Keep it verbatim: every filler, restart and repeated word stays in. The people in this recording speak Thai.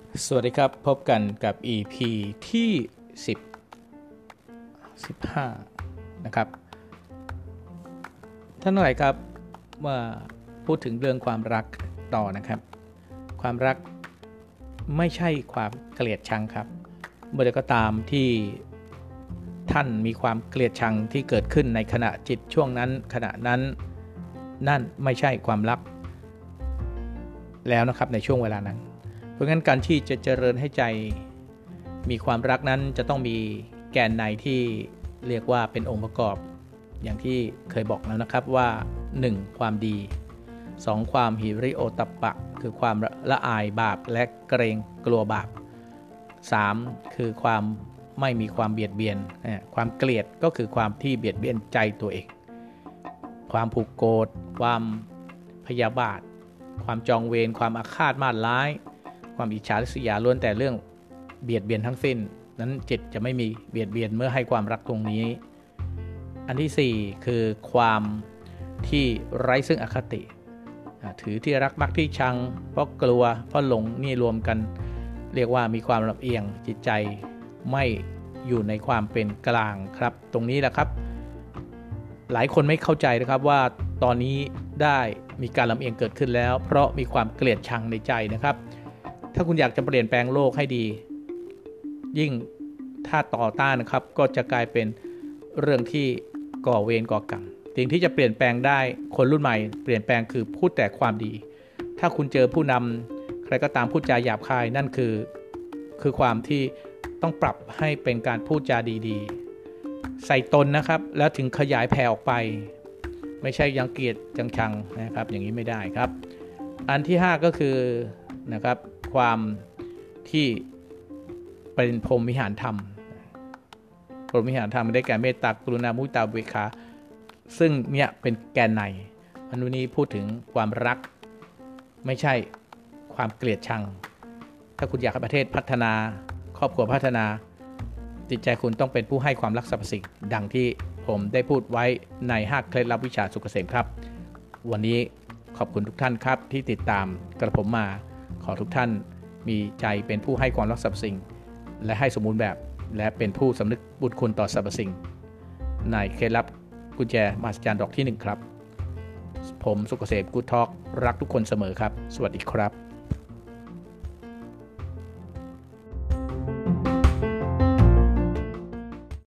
สวัสดีครับพบกันกับ อี พี ที่สิบ สิบห้านะครับท่านทั้งหลายครับเมื่อพูดถึงเรื่องความรักต่อนะครับความรักไม่ใช่ความเกลียดชังครับเมื่อใดก็ตามที่ท่านมีความเกลียดชังที่เกิดขึ้นในขณะจิตช่วงนั้นขณะนั้นนั่นไม่ใช่ความรักแล้วนะครับในช่วงเวลานั้นเพราะงั้นการที่จะเจริญให้ใจมีความรักนั้นจะต้องมีแกนในที่เรียกว่าเป็นองค์ประกอบอย่างที่เคยบอกแล้วนะครับว่าหนึ่งความดีสองความหิริโอตัปปะคือความละอายบาปและเกรงกลัวบาปสามคือความไม่มีความเบียดเบียนความเกลียดก็คือความที่เบียดเบียนใจตัวเองความผูกโกรธความพยาบาทความจองเวรความอาฆาตมาดร้ายความอิจฉาริษยาล้วนแต่เรื่องเบียดเบียนทั้งสิ้นนั้นจิตจะไม่มีเบียดเบียนเมื่อให้ความรักตรงนี้อันที่สี่คือความที่ไร้ซึ่งอคติถือที่รักมักที่ชังเพราะกลัวเพราะหลงนี่รวมกันเรียกว่ามีความลำเอียงจิตใจไม่อยู่ในความเป็นกลางครับตรงนี้แหละครับหลายคนไม่เข้าใจนะครับว่าตอนนี้ได้มีการลำเอียงเกิดขึ้นแล้วเพราะมีความเกลียดชังในใจนะครับถ้าคุณอยากจะเปลี่ยนแปลงโลกให้ดียิ่งถ้าต่อต้านนะครับก็จะกลายเป็นเรื่องที่ก่อเวรก่อกรรมสิ่งที่จะเปลี่ยนแปลงได้คนรุ่นใหม่เปลี่ยนแปลงคือพูดแต่ความดีถ้าคุณเจอผู้นำใครก็ตามพูดจาหยาบคายนั่นคือคือความที่ต้องปรับให้เป็นการพูดจาดีๆใส่ตนนะครับแล้วถึงขยายแผ่ออกไปไม่ใช่ยังเกลียดจังชังนะครับอย่างนี้ไม่ได้ครับอันที่ห้าก็คือนะครับความที่เป็นพรหมวิหารธรรมพรหมวิหารธรรมได้แก่เมตตากรุณามุทิตาอุเบกขาซึ่งเนี่ยเป็นแกนในอันนี้พูดถึงความรักไม่ใช่ความเกลียดชังถ้าคุณอยากให้ประเทศพัฒนาครอบครัวพัฒนาจิตใจคุณต้องเป็นผู้ให้ความรักสรรพสิ่งดังที่ผมได้พูดไว้ในห้าเคล็ดลับวิชาสุขเกษมครับวันนี้ขอบคุณทุกท่านครับที่ติดตามกระผมมาขอทุกท่านมีใจเป็นผู้ให้ความรักสรรพสิ่งและให้สมบูรณ์แบบและเป็นผู้สำนึกบุญคุณต่อสรรพสิ่งในเคล็ดลับกุญแจมหัศจรรย์ดอกที่หนึ่งครับผมสุขเกษมกู๊ดทอล์กรักทุกคนเสมอครับสวัสดีครับ